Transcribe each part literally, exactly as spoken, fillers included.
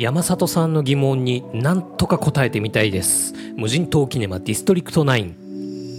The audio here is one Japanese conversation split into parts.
山里さんの疑問に何とか答えてみたいです。無人島キネマディストリクトナイン。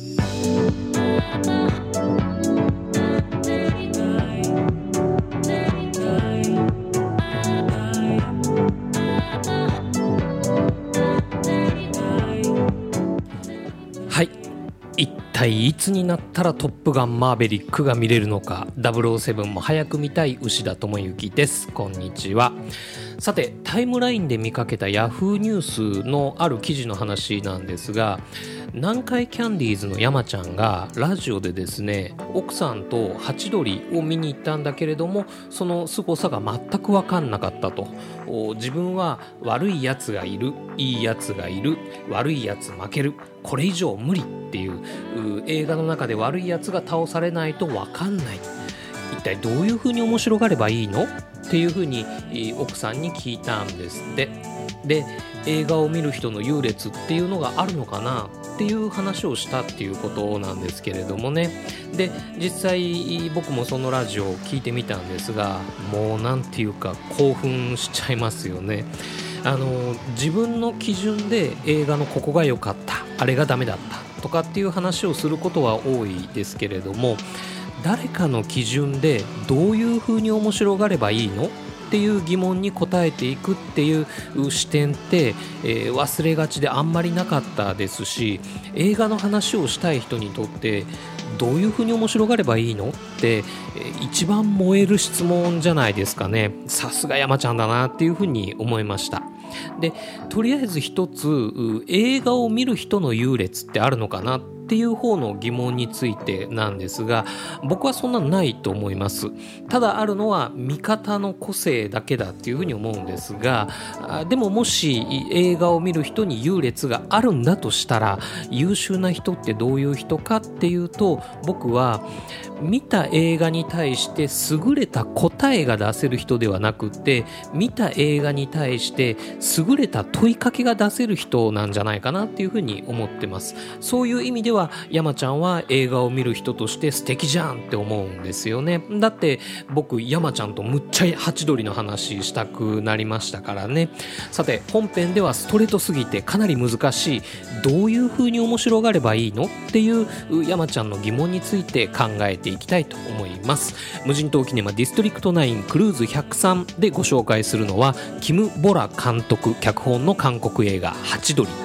はい、一体いつになったらトップガンマーヴェリックが見れるのか、ダブルオーセブンも早く見たい牛田智之です。こんにちは。さて、タイムラインで見かけたヤフーニュースのある記事の話なんですが、南海キャンディーズの山ちゃんがラジオでですね、奥さんとハチドリを見に行ったんだけれども、その凄さが全く分かんなかったと。自分は悪いやつがいる、いいやつがいる、悪いやつ負ける、これ以上無理っていう、映画の中で悪いやつが倒されないと分かんない、一体どういう風に面白がればいいのっていう風に奥さんに聞いたんですって。で、映画を見る人の優劣っていうのがあるのかなっていう話をしたっていうことなんですけれどもね。で、実際僕もそのラジオを聞いてみたんですが、もうなんていうか興奮しちゃいますよね。あの自分の基準で映画のここが良かった、あれがダメだったとかっていう話をすることは多いですけれども、誰かの基準でどういう風に面白がればいいのっていう疑問に答えていくっていう視点って、えー、忘れがちであんまりなかったですし、映画の話をしたい人にとってどういう風に面白がればいいのって、えー、一番燃える質問じゃないですかね。さすが山ちゃんだなっていう風に思いました。で、とりあえず一つ、映画を見る人の優劣ってあるのかなっていう方の疑問についてなんですが、僕はそんなのないと思います。ただあるのは見方の個性だけだっていうふうに思うんですが、でももし映画を見る人に優劣があるんだとしたら、優秀な人ってどういう人かっていうと、僕は見た映画に対して優れた答えが出せる人ではなくて、見た映画に対して優れた問いかけが出せる人なんじゃないかなっていうふうに思ってます。そういう意味では山ちゃんは映画を見る人として素敵じゃんって思うんですよね。だって僕山ちゃんとむっちゃハチドリの話したくなりましたからね。さて、本編ではストレートすぎてかなり難しい、どういうふうに面白がればいいのっていう山ちゃんの疑問について考えていきたいと思います。無人島キネマディストリクトナインクルーズひゃくさんでご紹介するのは、キム・ボラ監督脚本の韓国映画ハチドリ。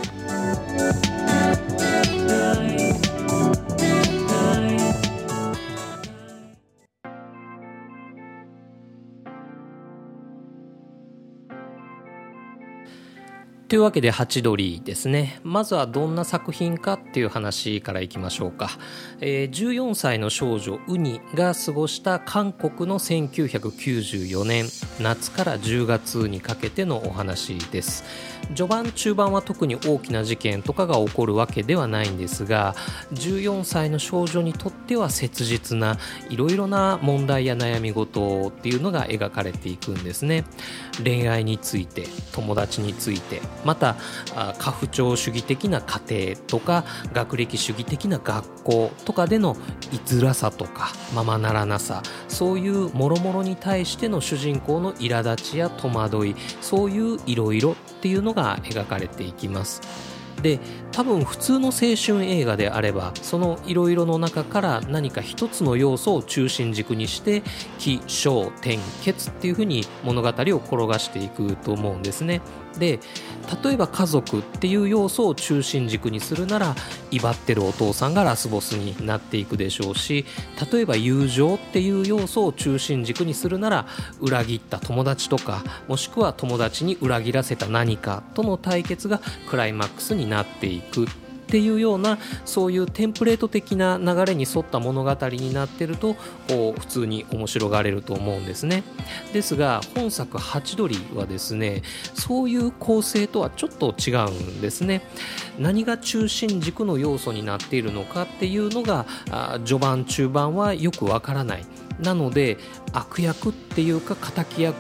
というわけでハチドリですね。まずはどんな作品かっていう話からいきましょうか。えー、じゅうよんさいの少女ウニが過ごした韓国のせんきゅうひゃくきゅうじゅうよねん夏からじゅうがつにかけてのお話です。序盤中盤は特に大きな事件とかが起こるわけではないんですが、じゅうよんさいの少女にとっては切実ないろいろな問題や悩み事っていうのが描かれていくんですね。恋愛について、友達について、また家父長主義的な家庭とか学歴主義的な学校とかでの居づらさとかままならなさ、そういう諸々に対しての主人公の苛立ちや戸惑い、そういういろいろっていうのが描かれていきます。で、多分普通の青春映画であれば、そのいろいろの中から何か一つの要素を中心軸にして起承転結っていう風に物語を転がしていくと思うんですね。で、例えば家族っていう要素を中心軸にするなら、威張ってるお父さんがラスボスになっていくでしょうし、例えば友情っていう要素を中心軸にするなら、裏切った友達とか、もしくは友達に裏切らせた何かとの対決がクライマックスになっていくっていうような、そういうテンプレート的な流れに沿った物語になってると、こう普通に面白がれると思うんですね。ですが本作ハチドリはですね、そういう構成とはちょっと違うんですね。何が中心軸の要素になっているのかっていうのが序盤中盤はよくわからない。なので悪役っていうか敵役って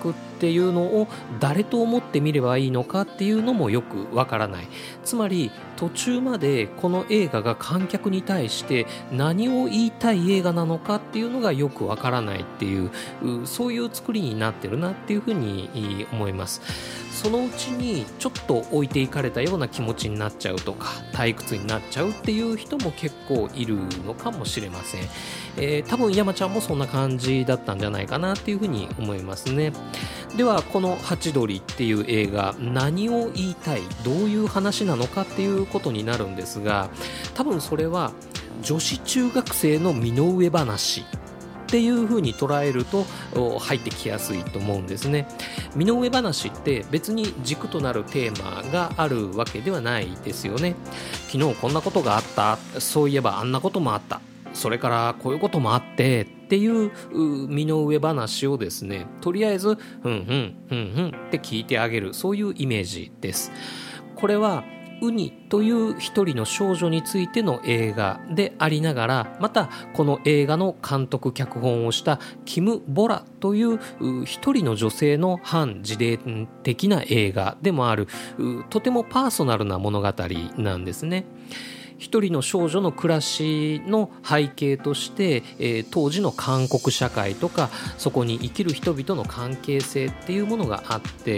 っていうのを誰と思って見ればいいのかっていうのもよくわからない。つまり途中までこの映画が観客に対して何を言いたい映画なのかっていうのがよくわからないっていう、そういう作りになってるなっていうふうに思います。そのうちにちょっと置いていかれたような気持ちになっちゃうとか退屈になっちゃうっていう人も結構いるのかもしれません。えー、多分山ちゃんもそんな感じだったんじゃないかなっていうふうに思いますね。ではこのハチドリっていう映画、何を言いたい、どういう話なのかっていうことになるんですが、多分それは女子中学生の身の上話っていう風に捉えると入ってきやすいと思うんですね。身の上話って別に軸となるテーマがあるわけではないですよね。昨日こんなことがあった、そういえばあんなこともあった、それからこういうこともあってっていう身の上話をですね、とりあえずふんふんふんふんって聞いてあげる、そういうイメージです。これはウニという一人の少女についての映画でありながら、またこの映画の監督脚本をしたキム・ボラという一人の女性の反自伝的な映画でもある、とてもパーソナルな物語なんですね。一人の少女の暮らしの背景として、えー、当時の韓国社会とかそこに生きる人々の関係性っていうものがあって、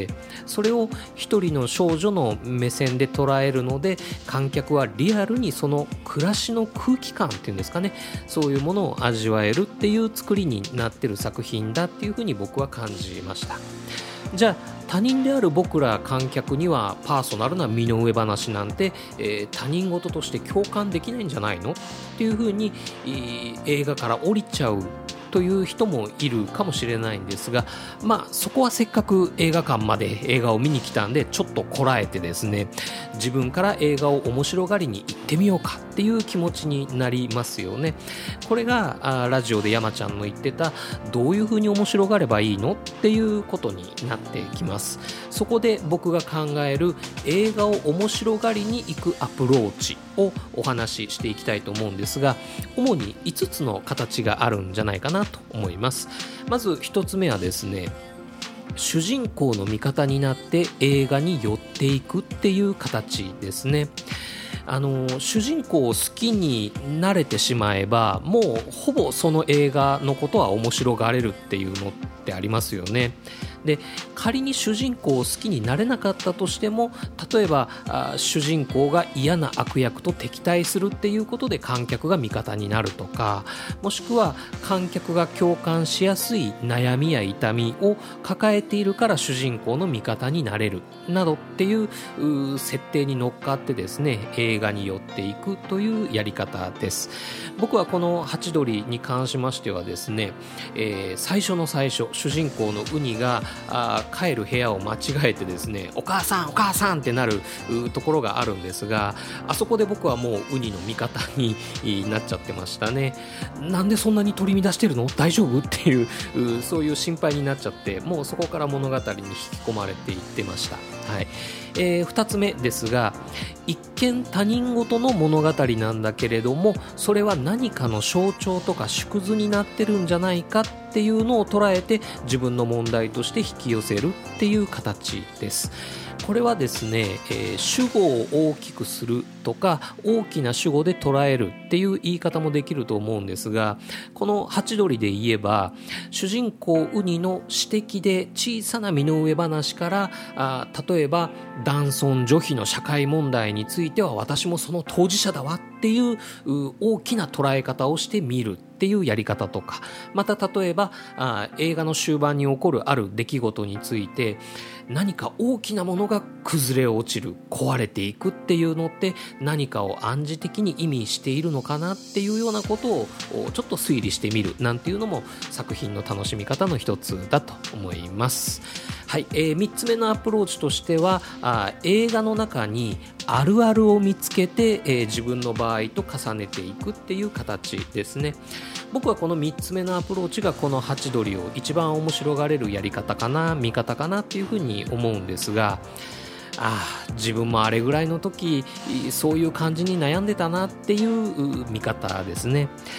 それを一人の少女の目線で捉えるので、観客はリアルにその暮らしの空気感っていうんですかね、そういうものを味わえるっていう作りになってる作品だっていうふうに僕は感じました。じゃあ他人である僕ら観客にはパーソナルな身の上話なんて、えー、他人事として共感できないんじゃないのっていう風に、えー、映画から降りちゃうという人もいるかもしれないんですが、まあそこはせっかく映画館まで映画を見に来たんでちょっとこらえてですね、自分から映画を面白がりに行ってみようかっていう気持ちになりますよね。これがあラジオで山ちゃんの言ってたどういう風に面白がればいいのっていうことになってきます。そこで僕が考える映画を面白がりに行くアプローチをお話ししていきたいと思うんですが、主にいつつの形があるんじゃないかなと思います。まずひとつめはですね、主人公の味方になって映画に寄っていくっていう形ですね。あの主人公を好きになれてしまえば、もうほぼその映画のことは面白がれるっていうのってありますよね。で、仮に主人公を好きになれなかったとしても、例えばあ主人公が嫌な悪役と敵対するっていうことで観客が味方になるとか、もしくは観客が共感しやすい悩みや痛みを抱えているから主人公の味方になれるなどっていう設定に乗っかってですね、映画に寄っていくというやり方です。僕はこのハチドリに関しましてはですね、えー、最初の最初、主人公のウニがあ帰る部屋を間違えてですね、お母さんお母さんってなるところがあるんですが、あそこで僕はもうウニの味方になっちゃってましたね。なんでそんなに取り乱してるの、大丈夫っていう、そういう心配になっちゃって、もうそこから物語に引き込まれていってました。はい。えー、ふたつめですが、一見他人事の物語なんだけれども、それは何かの象徴とか縮図になってるんじゃないかっていうのを捉えて自分の問題として引き寄せるっていう形です。これはですね、えー、主語を大きくするとか大きな主語で捉えるっていう言い方もできると思うんですが、このハチドリで言えば、主人公ウニの私的で小さな身の上話から、あ例えば男尊女卑の社会問題については私もその当事者だわっていう大きな捉え方をしてみるっていうやり方とか、また例えばあ映画の終盤に起こるある出来事について何か大きなものが崩れ落ちる、壊れていくっていうのって何かを暗示的に意味しているのかなっていうようなことをちょっと推理してみるなんていうのも作品の楽しみ方の一つだと思います。はい、えー、みっつめのアプローチとしては、あ映画の中にあるあるを見つけて、えー、自分の場合と重ねていくっていう形ですね。僕はこのみっつめのアプローチがこのハチドリを一番面白がれるやり方かな、見方かなっていうふうに思うんですが、ああ自分もあれぐらいの時そういう感じに悩んでたなっていう見方ですね。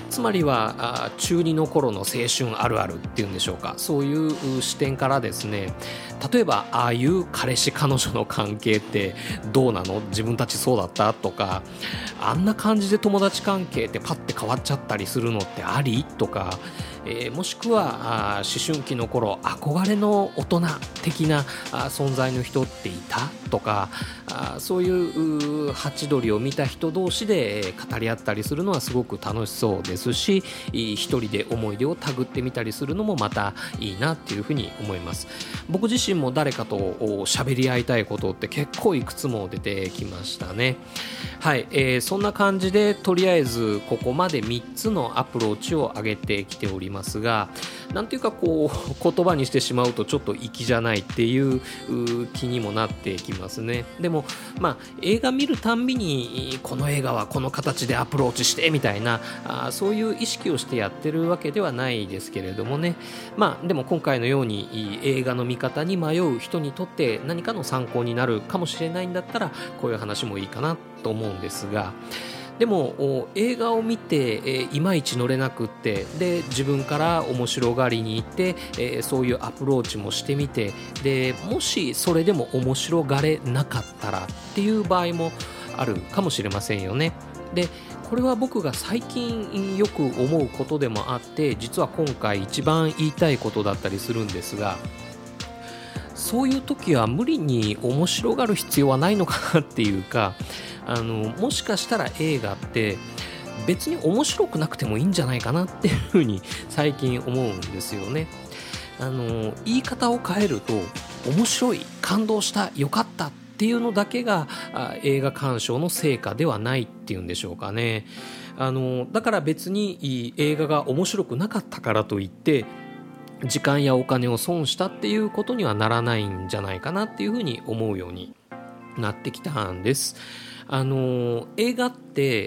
つまりは中二の頃の青春あるあるっていうんでしょうか、そういう視点からですね、例えばああいう彼氏彼女の関係ってどうなの、自分たちそうだったとか、あんな感じで友達関係ってパッて変わっちゃったりするのってありとか、えー、もしくはあ思春期の頃憧れの大人的なあ存在の人っていたとか、あそういうハチドリを見た人同士で語り合ったりするのはすごく楽しそうですし、一人で思い出を手繰ってみたりするのもまたいいなっていうふうに思います。僕自身も誰かと喋り合いたいことって結構いくつも出てきましたね。はい、えー、そんな感じでとりあえずここまでみっつのアプローチを上げてきておりますが、なんていうかこう言葉にしてしまうとちょっと粋じゃないっていう気にもなってきますね。でもまあ映画見るたんびにこの映画はこの形でアプローチしてみたいな、あそういう意識をしてやってるわけではないですけれどもね。まあでも今回のように映画の見方に迷う人にとって何かの参考になるかもしれないんだったら、こういう話もいいかなと思うんですが、でも映画を見て、えー、いまいち乗れなくって、で自分から面白がりに行って、えー、そういうアプローチもしてみて、でもしそれでも面白がれなかったらっていう場合もあるかもしれませんよね。でこれは僕が最近よく思うことでもあって、実は今回一番言いたいことだったりするんですが、そういう時は無理に面白がる必要はないのかなっていうか、あのもしかしたら映画って別に面白くなくてもいいんじゃないかなっていうふうに最近思うんですよね。あの言い方を変えると、面白い、感動した、よかったっていうのだけが映画鑑賞の成果ではないっていうんでしょうかね。あのだから別に映画が面白くなかったからといって時間やお金を損したっていうことにはならないんじゃないかなっていうふうに思うようになってきたんです。あの映画って、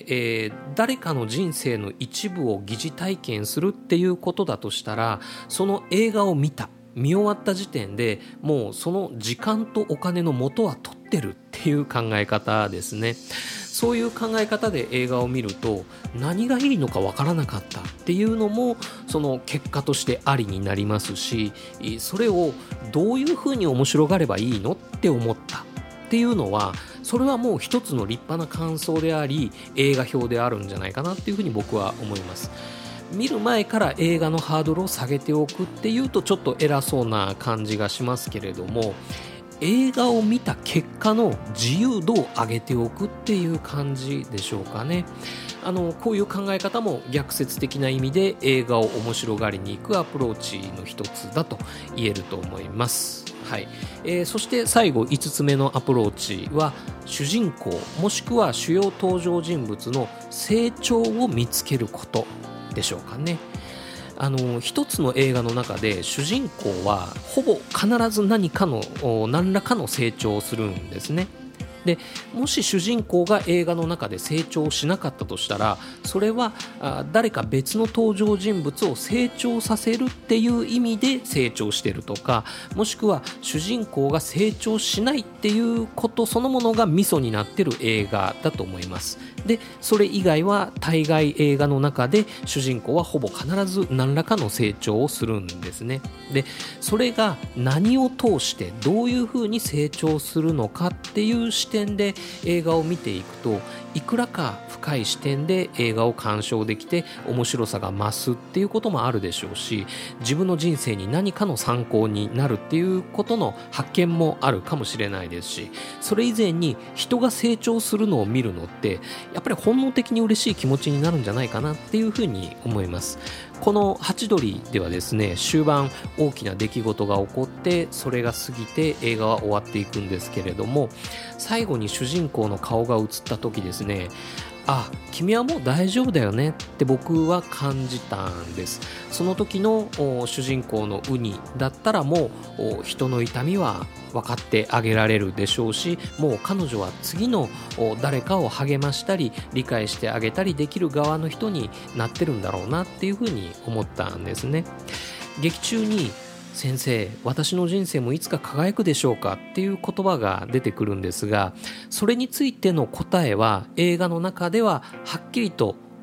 えー、誰かの人生の一部を疑似体験するっていうことだとしたら、その映画を見た見終わった時点でもうその時間とお金の元は取ってるっていう考え方ですね。そういう考え方で映画を見ると、何がいいのかわからなかったっていうのもその結果としてありになりますし、それをどういうふうに面白がればいいのって思ったっていうのは、それはもう一つの立派な感想であり、映画表であるんじゃないかなっていうふうに僕は思います。見る前から映画のハードルを下げておくっていうとちょっと偉そうな感じがしますけれども、映画を見た結果の自由度を上げておくっていう感じでしょうかね。あのこういう考え方も逆説的な意味で映画を面白がりに行くアプローチの一つだと言えると思います。はい、えー、そして最後いつつめのアプローチは、主人公もしくは主要登場人物の成長を見つけることでしょうかね。あの一つの映画の中で主人公はほぼ必ず何かの何らかの成長をするんですね。でもし主人公が映画の中で成長しなかったとしたら、それはあ誰か別の登場人物を成長させるっていう意味で成長してるとか、もしくは主人公が成長しないっていうことそのものがミソになってる映画だと思います。でそれ以外は大概映画の中で主人公はほぼ必ず何らかの成長をするんですね。でそれが何を通してどういうふうに成長するのかっていう視点で映画を見ていくと、いくらか深い視点で映画を鑑賞できて面白さが増すっていうこともあるでしょうし、自分の人生に何かの参考になるっていうことの発見もあるかもしれないですし、それ以前に人が成長するのを見るのってやっぱり本能的に嬉しい気持ちになるんじゃないかなっていうふうに思います。このハチドリではですね、終盤大きな出来事が起こってそれが過ぎて映画は終わっていくんですけれども、最後に主人公の顔が映った時ですね、あ、君はもう大丈夫だよねって僕は感じたんです。その時の主人公のウニだったらもう人の痛みは分かってあげられるでしょうし、もう彼女は次の誰かを励ましたり理解してあげたりできる側の人になってるんだろうなっていうふうに思ったんですね。劇中に先生、私の人生もいつか輝くでしょうかっていう言葉が出てくるんですが、それについての答えは映画の中でははっきりと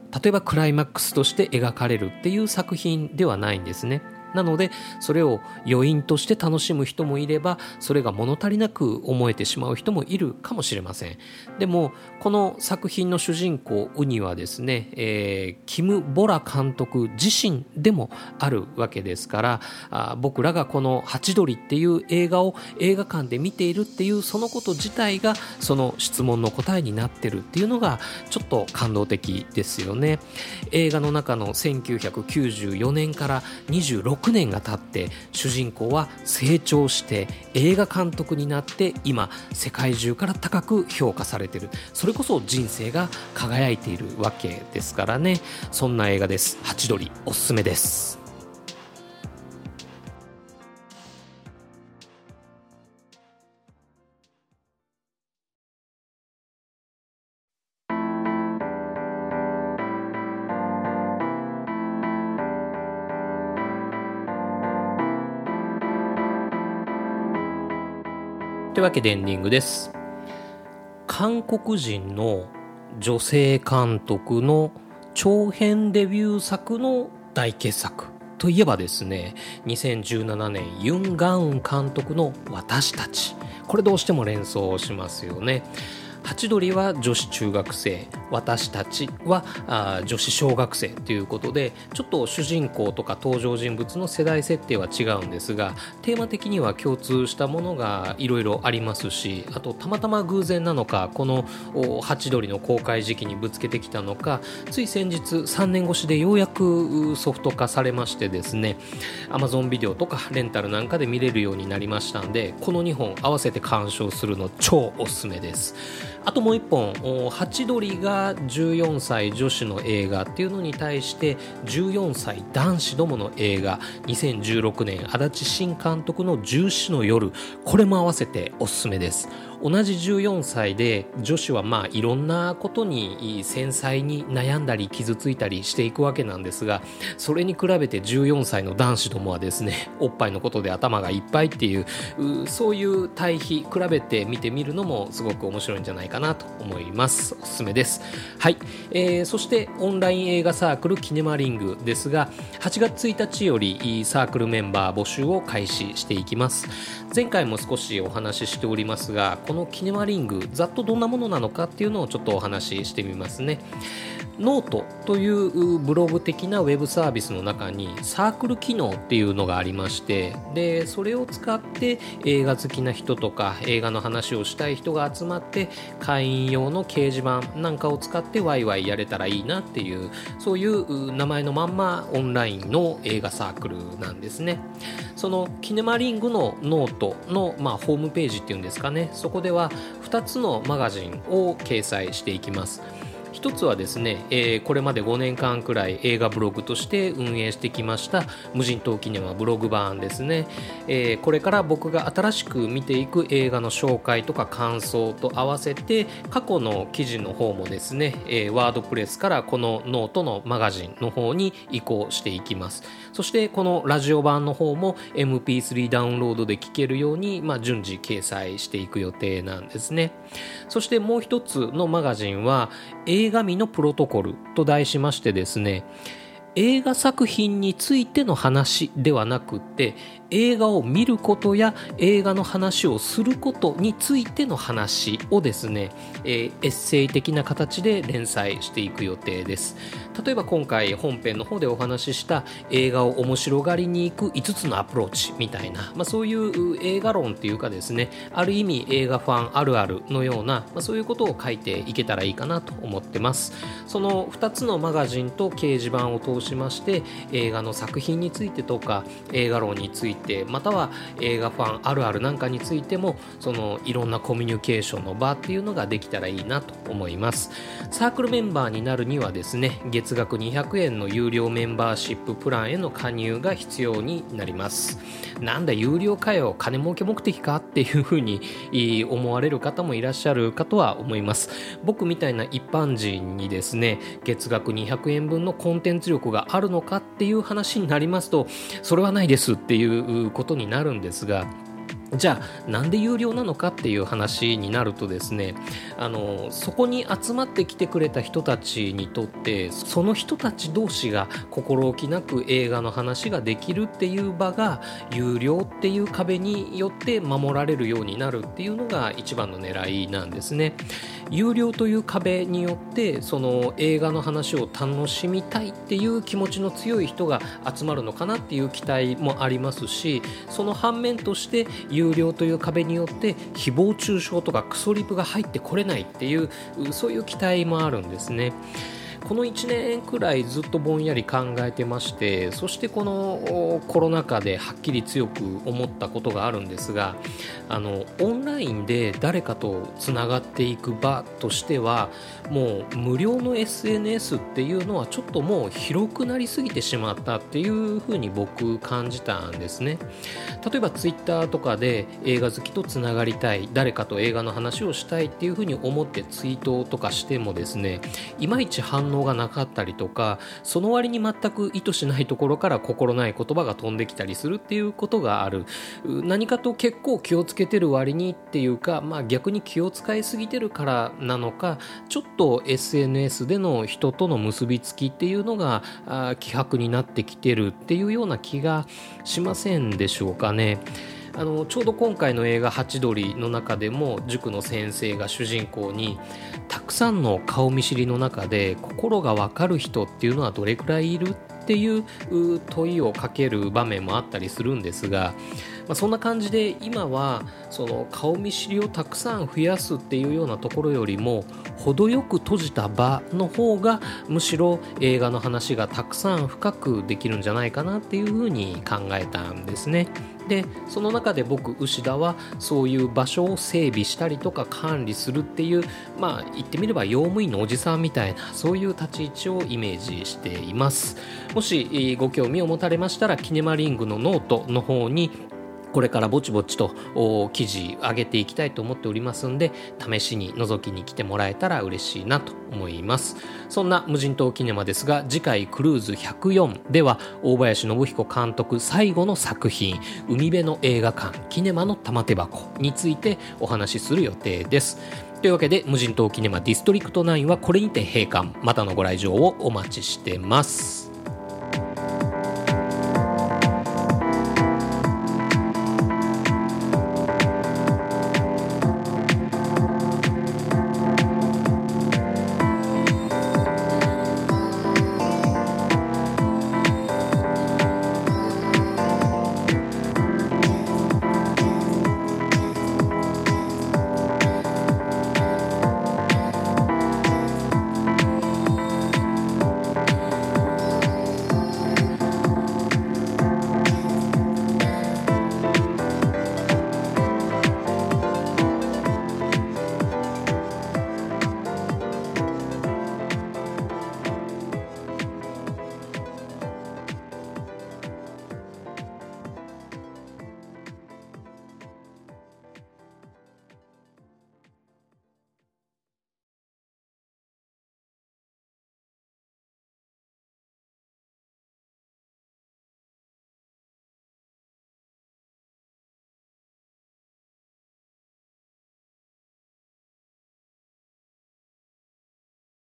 例えばクライマックスとして描かれるっていう作品ではないんですね。なのでそれを余韻として楽しむ人もいれば、それが物足りなく思えてしまう人もいるかもしれません。でもこの作品の主人公ウニはですね、えー、キム・ボラ監督自身でもあるわけですから、あ僕らがこのハチドリっていう映画を映画館で見ているっていうそのこと自体がその質問の答えになってるっていうのがちょっと感動的ですよね。映画の中のせんきゅうひゃくきゅうじゅうよねんからにじゅうろくねんが経って主人公は成長して映画監督になって今世界中から高く評価されている。それこそ人生が輝いているわけですからね。そんな映画です。ハチドリおすすめです。というわけでエンディングです。韓国人の女性監督の長編デビュー作の大傑作といえばですね、にせんじゅうななねんユン・ガンウン監督の私たち、これどうしても連想しますよね。ハチドリは女子中学生、私たちはあ女子小学生ということで、ちょっと主人公とか登場人物の世代設定は違うんですが、テーマ的には共通したものがいろいろありますし、あとたまたま偶然なのかこのハチドリの公開時期にぶつけてきたのか、つい先日さんねんごしでようやくソフト化されましてですね、 Amazon ビデオとかレンタルなんかで見れるようになりましたんで、このにほん合わせて鑑賞するの超おすすめです。あともういっぽん、ハチドリがじゅうよんさい女子の映画っていうのに対してじゅうよんさい男子どもの映画、にせんじゅうろくねん足立慎監督の十四の夜、これも合わせておすすめです。同じじゅうよんさいで女子はまあいろんなことに繊細に悩んだり傷ついたりしていくわけなんですが、それに比べてじゅうよんさいの男子どもはですね、おっぱいのことで頭がいっぱいっていう、うそういう対比比べて見てみるのもすごく面白いんじゃないかなと思います。おすすめです。はい、えー、そしてオンライン映画サークルキネマリングですが、はちがつついたちよりサークルメンバー募集を開始していきます。前回も少しお話ししておりますが、このキネマリングざっとどんなものなのかっていうのをちょっとお話ししてみますね。ノートというブログ的なウェブサービスの中にサークル機能っていうのがありまして、でそれを使って映画好きな人とか映画の話をしたい人が集まって会員用の掲示板なんかを使ってワイワイやれたらいいなっていう、そういう名前のまんまオンラインの映画サークルなんですね。そのキネマリングのノートの、まあ、ホームページっていうんですかね、そこではふたつのマガジンを掲載していきます。一つはですね、えー、これまでごねんかんくらい映画ブログとして運営してきました無人島キネマブログ版ですね、えー、これから僕が新しく見ていく映画の紹介とか感想と合わせて過去の記事の方もですね、えー、ワードプレスからこのノートのマガジンの方に移行していきます。そしてこのラジオ版の方も エムピースリー ダウンロードで聴けるように、まあ、順次掲載していく予定なんですね。そしてもう一つのマガジンは映画見のプロトコルと題しましてですね、映画作品についての話ではなくって映画を見ることや映画の話をすることについての話をですね、えー、エッセイ的な形で連載していく予定です。例えば今回本編の方でお話しした映画を面白がりに行くいつつのアプローチみたいな、まあ、そういう映画論っていうかですね、ある意味映画ファンあるあるのような、まあ、そういうことを書いていけたらいいかなと思ってます。そのふたつのマガジンと掲示板を通しまして映画の作品についてとか映画論について、または映画ファンあるあるなんかについてもそのいろんなコミュニケーションの場っていうのができたらいいなと思います。サークルメンバーになるにはですね、月額にひゃくえんの有料メンバーシッププランへの加入が必要になります。なんだ有料かよ、金儲け目的かっていうふうに思われる方もいらっしゃるかとは思います。僕みたいな一般人にですね、月額にひゃくえんぶんのコンテンツ力があるのかっていう話になりますと、それはないですっていうことになるんですが、 じゃあなんで有料なのかっていう話になるとですね、あのそこに集まってきてくれた人たちにとってその人たち同士が心置きなく映画の話ができるっていう場が有料っていう壁によって守られるようになるっていうのが一番の狙いなんですね。有料という壁によってその映画の話を楽しみたいっていう気持ちの強い人が集まるのかなっていう期待もありますし、その反面として有料という壁によって誹謗中傷とかクソリプが入ってこれないっていうそういう期待もあるんですね。このいちねんくらいずっとぼんやり考えてまして、そしてこのコロナ禍ではっきり強く思ったことがあるんですが、あのオンラインで誰かとつながっていく場としてはもう無料の エスエヌエス っていうのはちょっともう広くなりすぎてしまったっていうふうに僕感じたんですね。例えばツイッターとかで映画好きとつながりたい、誰かと映画の話をしたいっていうふうに思ってツイートとかしてもですね、いまいち反応がなかったりとか、その割に全く意図しないところから心ない言葉が飛んできたりするっていうことがある。何かと結構気をつけてる割にっていうか、まあ、逆に気を使いすぎてるからなのか、ちょっと エスエヌエス での人との結びつきっていうのが希薄になってきてるっていうような気がしませんでしょうかね。あのちょうど今回の映画ハチドリの中でも塾の先生が主人公にたくさんの顔見知りの中で心が分かる人っていうのはどれくらいいるっていう問いをかける場面もあったりするんですが、まあ、そんな感じで今はその顔見知りをたくさん増やすっていうようなところよりも程よく閉じた場の方がむしろ映画の話がたくさん深くできるんじゃないかなっていうふうに考えたんですね。でその中で僕牛田はそういう場所を整備したりとか管理するっていう、まあ言ってみれば用務員のおじさんみたいなそういう立ち位置をイメージしています。もしご興味を持たれましたらキネマリングのノートの方にこれからぼちぼちと記事上げていきたいと思っておりますんで、試しに覗きに来てもらえたら嬉しいなと思います。そんな無人島キネマですが、次回クルーズひゃくよんでは大林信彦監督最後の作品海辺の映画館キネマの玉手箱についてお話しする予定です。というわけで無人島キネマディストリクトナインはこれにて閉館。またのご来場をお待ちしてます。